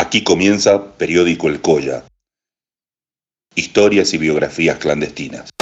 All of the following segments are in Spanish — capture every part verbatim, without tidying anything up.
Aquí comienza Periódico El Colla. Historias y biografías clandestinas.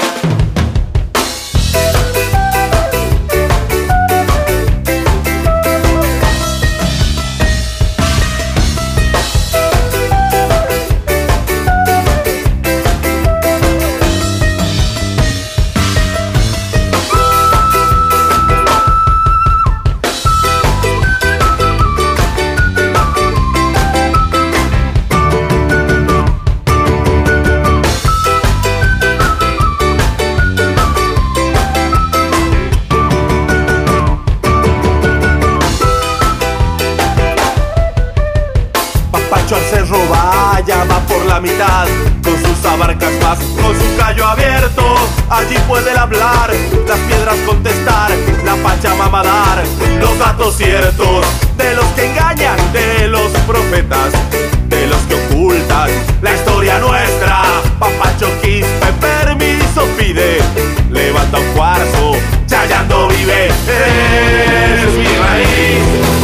Mitad, con sus abarcas más, con su callo abierto, allí puede hablar, las piedras contestar, la Pachamama dar, los datos ciertos, de los que engañan, de los profetas, de los que ocultan, la historia nuestra. Papacho Quispe permiso pide, levanta un cuarzo, chayando vive, es mi raíz,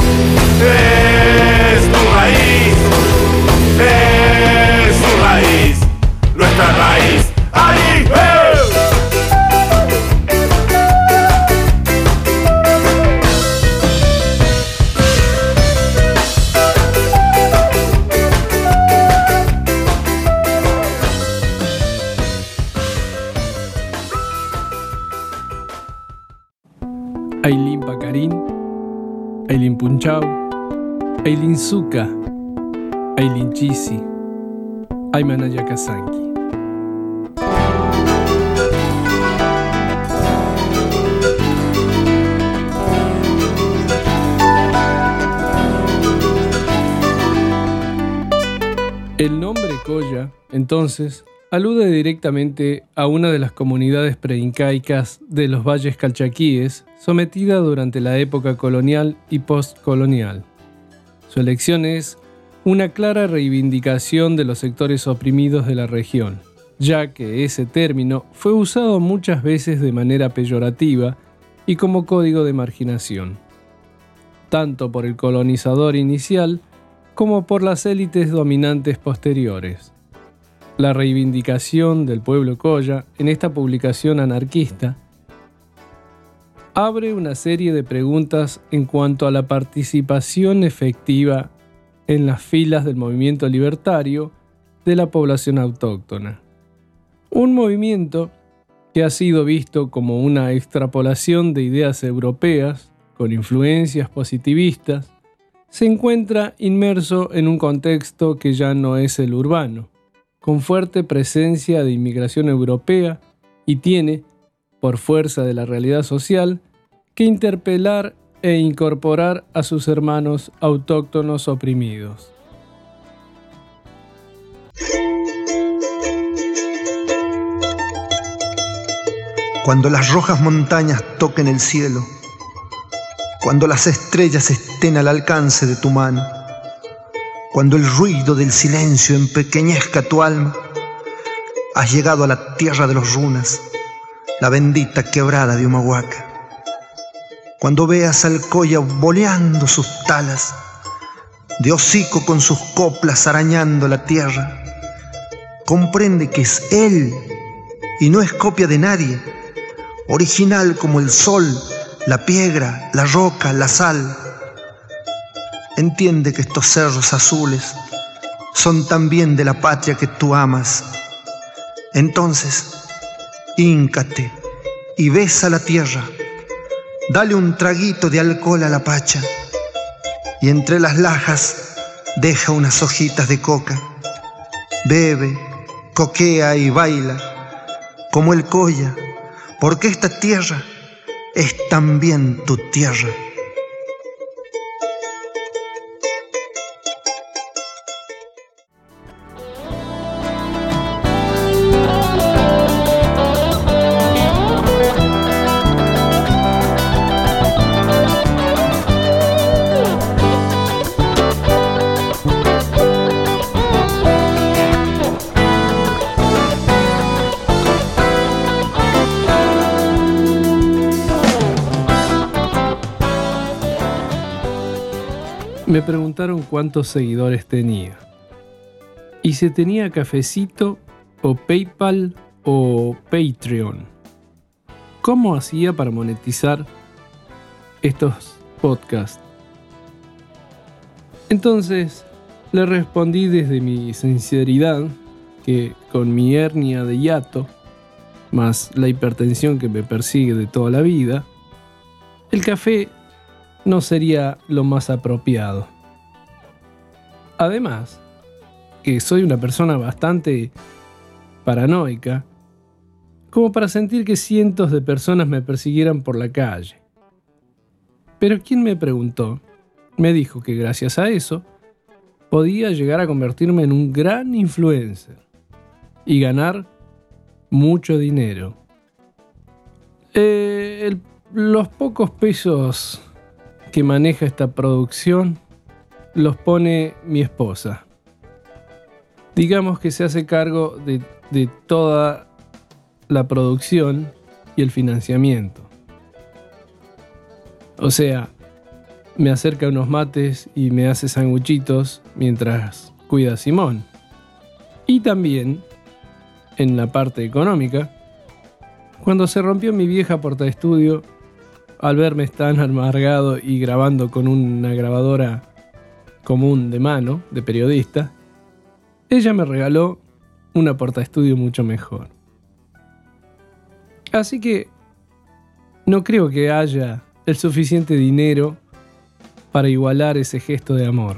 es tu raíz, es su raíz, nuestra raíz, allí, ¡eh! Aylin Pacarín, Aylin Punchau, Aylin Zuka, Aylin Chisi, Aymana Yakasanki. El nombre Colla, entonces, alude directamente a una de las comunidades preincaicas de los valles calchaquíes, sometida durante la época colonial y postcolonial. Su elección es una clara reivindicación de los sectores oprimidos de la región, ya que ese término fue usado muchas veces de manera peyorativa y como código de marginación, tanto por el colonizador inicial como por las élites dominantes posteriores. La reivindicación del pueblo Colla en esta publicación anarquista abre una serie de preguntas en cuanto a la participación efectiva en las filas del movimiento libertario de la población autóctona. Un movimiento que ha sido visto como una extrapolación de ideas europeas con influencias positivistas, se encuentra inmerso en un contexto que ya no es el urbano, con fuerte presencia de inmigración europea y tiene, por fuerza de la realidad social, que interpelar e incorporar a sus hermanos autóctonos oprimidos. Cuando las rojas montañas toquen el cielo, cuando las estrellas estén al alcance de tu mano, cuando el ruido del silencio empequeñezca tu alma, has llegado a la tierra de los runas, la bendita quebrada de Humahuaca. Cuando veas al Colla boleando sus talas, de hocico con sus coplas arañando la tierra, comprende que es él y no es copia de nadie, original como el sol, la piedra, la roca, la sal. Entiende que estos cerros azules son también de la patria que tú amas. Entonces, híncate y besa la tierra, dale un traguito de alcohol a la pacha y entre las lajas deja unas hojitas de coca. Bebe, coquea y baila como el Colla, porque esta tierra es también tu tierra. Me preguntaron cuántos seguidores tenía. y si tenía Cafecito o PayPal o Patreon. ¿Cómo hacía para monetizar estos podcasts? Entonces le respondí desde mi sinceridad que con mi hernia de hiato, más la hipertensión que me persigue de toda la vida, el café no sería lo más apropiado. Además, que soy una persona bastante paranoica, como para sentir que cientos de personas me persiguieran por la calle. Pero quien me preguntó, me dijo que gracias a eso podía llegar a convertirme en un gran influencer y ganar mucho dinero. Eh, el, los pocos pesos que maneja esta producción los pone mi esposa. Digamos que se hace cargo de, de toda la producción y el financiamiento. O sea, me acerca unos mates y me hace sanguchitos mientras cuida a Simón. Y también, en la parte económica, cuando se rompió mi vieja portaestudio, al verme tan amargado y grabando con una grabadora común de mano, de periodista, ella me regaló una portaestudio mucho mejor. Así que no creo que haya el suficiente dinero para igualar ese gesto de amor.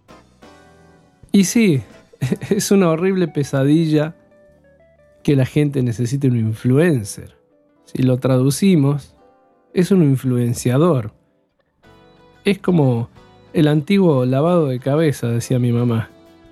Y sí, es una horrible pesadilla que la gente necesite un influencer. Si lo traducimos, es un influenciador. Es como el antiguo lavado de cabeza, decía mi mamá.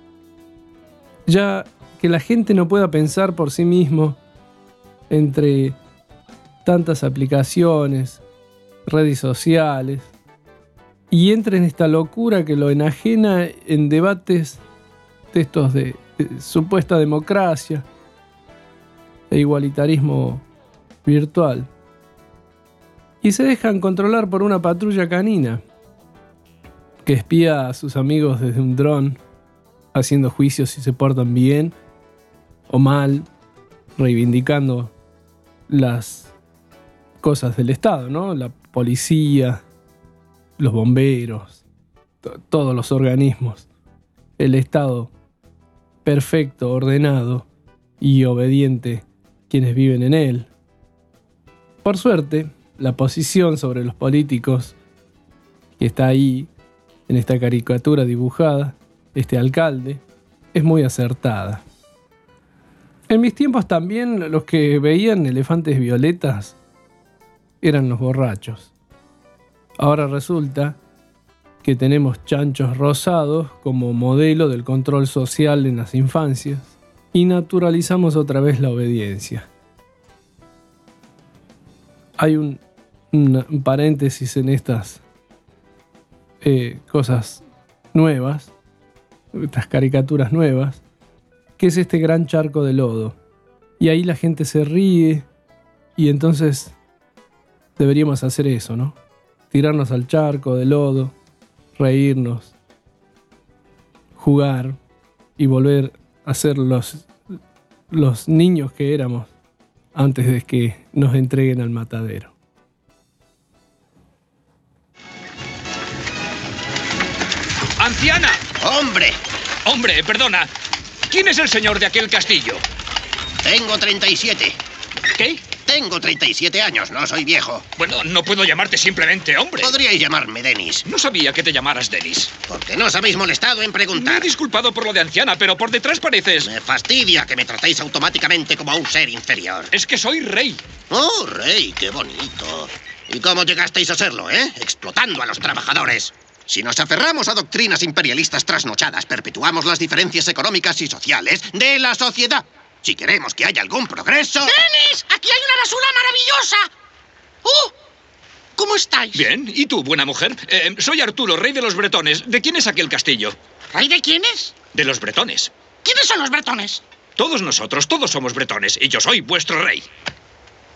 Ya que la gente no pueda pensar por sí mismo entre tantas aplicaciones, redes sociales, y entre en esta locura que lo enajena en debates de estos de, de supuesta democracia e igualitarismo virtual, y se dejan controlar por una patrulla canina que espía a sus amigos desde un dron, haciendo juicios si se portan bien o mal, reivindicando las cosas del Estado, ¿no? La policía, los bomberos, to- todos los organismos, el Estado perfecto, ordenado y obediente quienes viven en él. Por suerte, la posición sobre los políticos que está ahí, en esta caricatura dibujada, este alcalde, es muy acertada. En mis tiempos también los que veían elefantes violetas eran los borrachos. Ahora resulta que tenemos chanchos rosados como modelo del control social en las infancias y naturalizamos otra vez la obediencia. Hay un, un, un paréntesis en estas eh, cosas nuevas, estas caricaturas nuevas, que es este gran charco de lodo. Y ahí la gente se ríe y entonces deberíamos hacer eso, ¿no? Tirarnos al charco de lodo, reírnos, jugar y volver a ser los, los niños que éramos antes de que nos entreguen al matadero. ¡Anciana! ¡Hombre! Hombre, perdona. ¿Quién es el señor de aquel castillo? Tengo treinta y siete. ¿Qué? Tengo treinta y siete años, no soy viejo. Bueno, no puedo llamarte simplemente hombre. Podríais llamarme Denis. No sabía que te llamaras Denis. Porque no os habéis molestado en Me he preguntar. disculpado por lo de anciana, pero por detrás pareces... Me fastidia que me tratéis automáticamente como a un ser inferior. Es que soy rey. Oh, rey, qué bonito. ¿Y cómo llegasteis a serlo, eh? Explotando a los trabajadores. Si nos aferramos a doctrinas imperialistas trasnochadas, perpetuamos las diferencias económicas y sociales de la sociedad. Si queremos que haya algún progreso... ¡Denis! ¡Aquí hay una basura maravillosa! ¡Oh! ¿Cómo estáis? Bien. ¿Y tú, buena mujer? Eh, soy Arturo, rey de los bretones. ¿De quién es aquel castillo? ¿Rey de quiénes? De los bretones. ¿Quiénes son los bretones? Todos nosotros, todos somos bretones, y yo soy vuestro rey.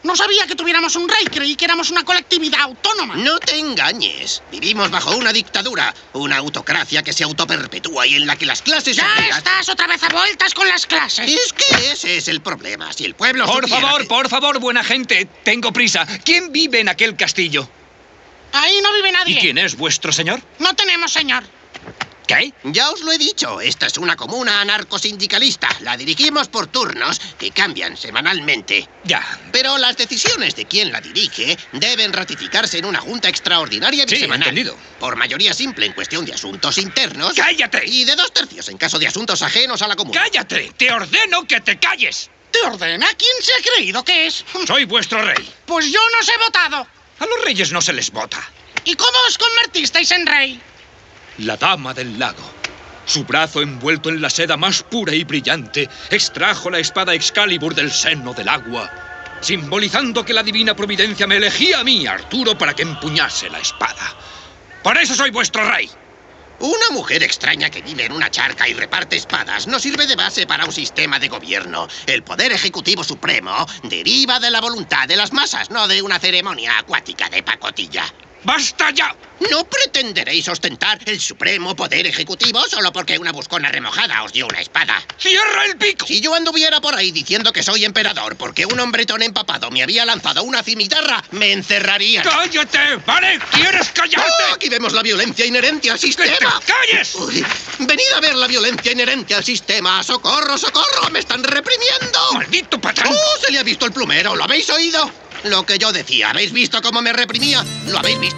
No sabía que tuviéramos un rey, creí que éramos una colectividad autónoma. No te engañes. Vivimos bajo una dictadura, una autocracia que se autoperpetúa y en la que las clases Ya obreras... estás otra vez a vueltas con las clases. Es que ese es el problema. Si el pueblo Por supiera favor, que- por favor, buena gente. Tengo prisa. ¿Quién vive en aquel castillo? Ahí no vive nadie. ¿Y quién es vuestro señor? No tenemos señor. ¿Qué? Ya os lo he dicho, esta es una comuna anarcosindicalista. La dirigimos por turnos que cambian semanalmente. Ya. Pero las decisiones de quien la dirige deben ratificarse en una junta extraordinaria Sí, bisemanal. entendido. Por mayoría simple en cuestión de asuntos internos. ¡Cállate! Y de dos tercios en caso de asuntos ajenos a la comuna. ¡Cállate! ¡Te ordeno que te calles! ¿Te ordena? ¿Quién se ha creído que es? Soy vuestro rey. Pues yo no os he votado. A los reyes no se les vota. ¿Y cómo os convertisteis en rey? La dama del lago. Su brazo envuelto en la seda más pura y brillante extrajo la espada Excalibur del seno del agua, simbolizando que la divina providencia me elegía a mí, Arturo, para que empuñase la espada. Por eso soy vuestro rey. Una mujer extraña que vive en una charca y reparte espadas no sirve de base para un sistema de gobierno. El poder ejecutivo supremo deriva de la voluntad de las masas, no de una ceremonia acuática de pacotilla. ¡Basta ya! No pretenderéis ostentar el supremo poder ejecutivo solo porque una buscona remojada os dio una espada. ¡Cierra el pico! Si yo anduviera por ahí diciendo que soy emperador porque un hombretón empapado me había lanzado una cimitarra, me encerrarían. ¡Cállate! ¿Vale? ¿Quieres callarte? ¡Oh! Aquí vemos la violencia inherente al ¡Que te sistema. calles! Uy, venid a ver la violencia inherente al sistema. ¡Socorro, socorro! ¡Me están reprimiendo! ¡Maldito patrón! ¡Oh! Se le ha visto el plumero. ¿Lo habéis oído? Lo que yo decía. ¿Habéis visto cómo me reprimía? ¿Lo habéis visto?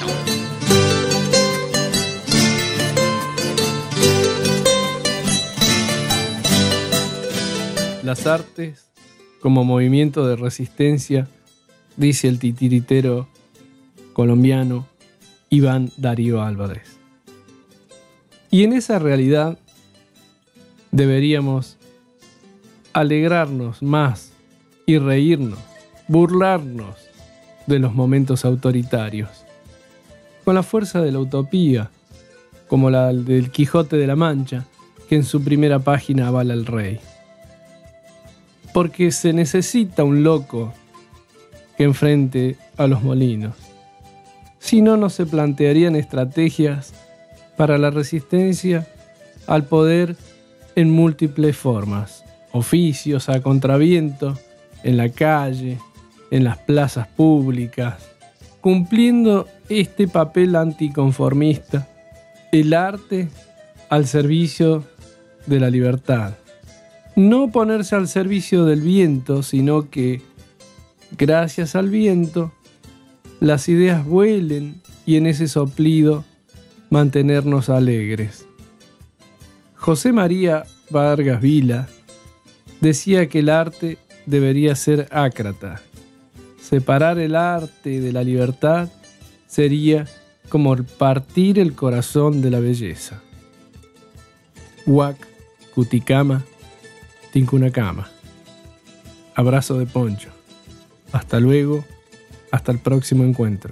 Las artes como movimiento de resistencia, dice el titiritero colombiano Iván Darío Álvarez. Y en esa realidad deberíamos alegrarnos más y reírnos, burlarnos de los momentos autoritarios, con la fuerza de la utopía, como la del Quijote de la Mancha, que en su primera página avala al rey. Porque se necesita un loco que enfrente a los molinos. Si no, no se plantearían estrategias para la resistencia al poder en múltiples formas. Oficios a contraviento, en la calle, en las plazas públicas, cumpliendo este papel anticonformista, el arte al servicio de la libertad. No ponerse al servicio del viento, sino que, gracias al viento, las ideas vuelen y en ese soplido mantenernos alegres. José María Vargas Vila decía que el arte debería ser ácrata. Separar el arte de la libertad sería como partir el corazón de la belleza. Huac, Cuticama, Tincunacama. Abrazo de Poncho. Hasta luego, hasta el próximo encuentro.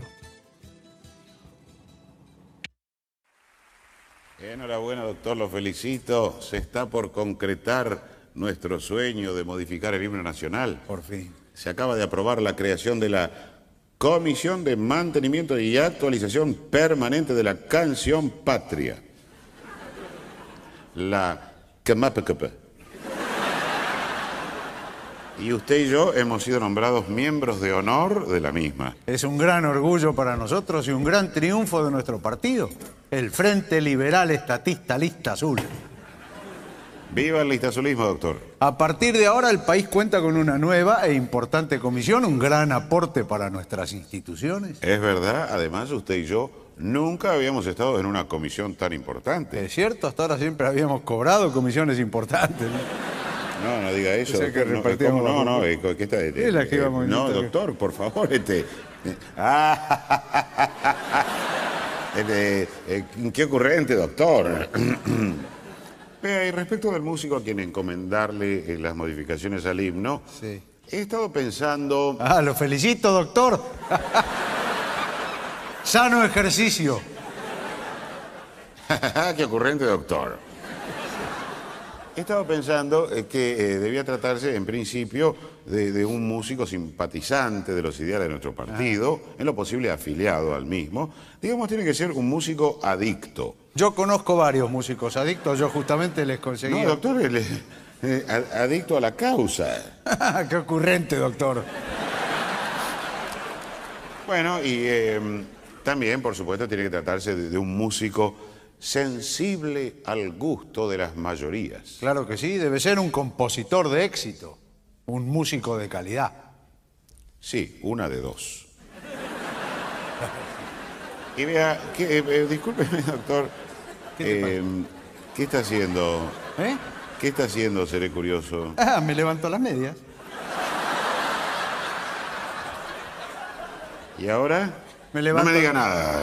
Enhorabuena, doctor, lo felicito. Se está por concretar nuestro sueño de modificar el himno nacional. Por fin. Se acaba de aprobar la creación de la Comisión de Mantenimiento y Actualización Permanente de la Canción Patria. La C M A P C P. Y usted y yo hemos sido nombrados miembros de honor de la misma. Es un gran orgullo para nosotros y un gran triunfo de nuestro partido, el Frente Liberal Estatista Lista Azul. ¡Viva el listazulismo, doctor! A partir de ahora el país cuenta con una nueva e importante comisión, un gran aporte para nuestras instituciones. Es verdad, además usted y yo nunca habíamos estado en una comisión tan importante. Es cierto, hasta ahora siempre habíamos cobrado comisiones importantes, ¿no? No, no diga eso. O sea, que doctor, no, repartíamos ¿cómo? no, la- no, eh, ¿qué está? eh, Es la que eh, íbamos No, viendo. doctor, por favor, este... eh, ah, este, eh, qué ocurrente, doctor. Vea, y respecto del músico a quien encomendarle eh, las modificaciones al himno, Sí. he estado pensando... Ah, lo felicito, doctor. Sano ejercicio. qué ocurrente, doctor. He estado pensando eh, que eh, debía tratarse, en principio, de, de un músico simpatizante de los ideales de nuestro partido, ah. en lo posible afiliado al mismo. Digamos, tiene que ser un músico adicto. Yo conozco varios músicos adictos, yo justamente les conseguí... No, doctor, él es eh, adicto a la causa. ¡Qué ocurrente, doctor! Bueno, y eh, también, por supuesto, tiene que tratarse de, de un músico sensible al gusto de las mayorías. Claro que sí, debe ser un compositor de éxito, un músico de calidad. Sí, una de dos. Y vea, que, eh, discúlpeme, doctor, ¿Qué, eh, ¿qué está haciendo? ¿Eh? ¿Qué está haciendo, seré curioso? Ah, me levanto las medias. ¿Y ahora? Me levanto... No me diga nada.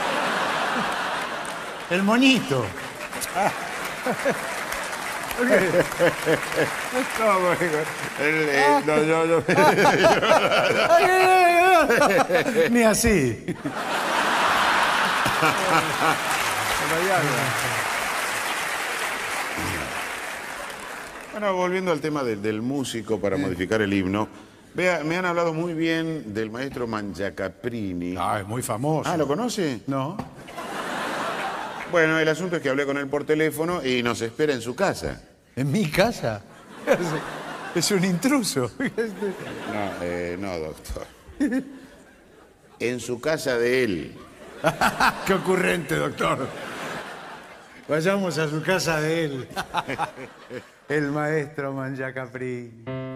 El moñito. Ah. No, el, eh, no, yo, yo. Ni así. Bueno, volviendo al tema de, del músico para sí. modificar el himno. Vea, me han hablado muy bien del maestro Mangiacaprini. Ah, es muy famoso. Ah, ¿lo conoce? No. Bueno, el asunto es que hablé con él por teléfono y nos espera en su casa. ¿En mi casa? Es un intruso. No, eh, no, doctor. En su casa de él. ¡Qué ocurrente, doctor! Vayamos a su casa de él. El maestro Mangiacaprini.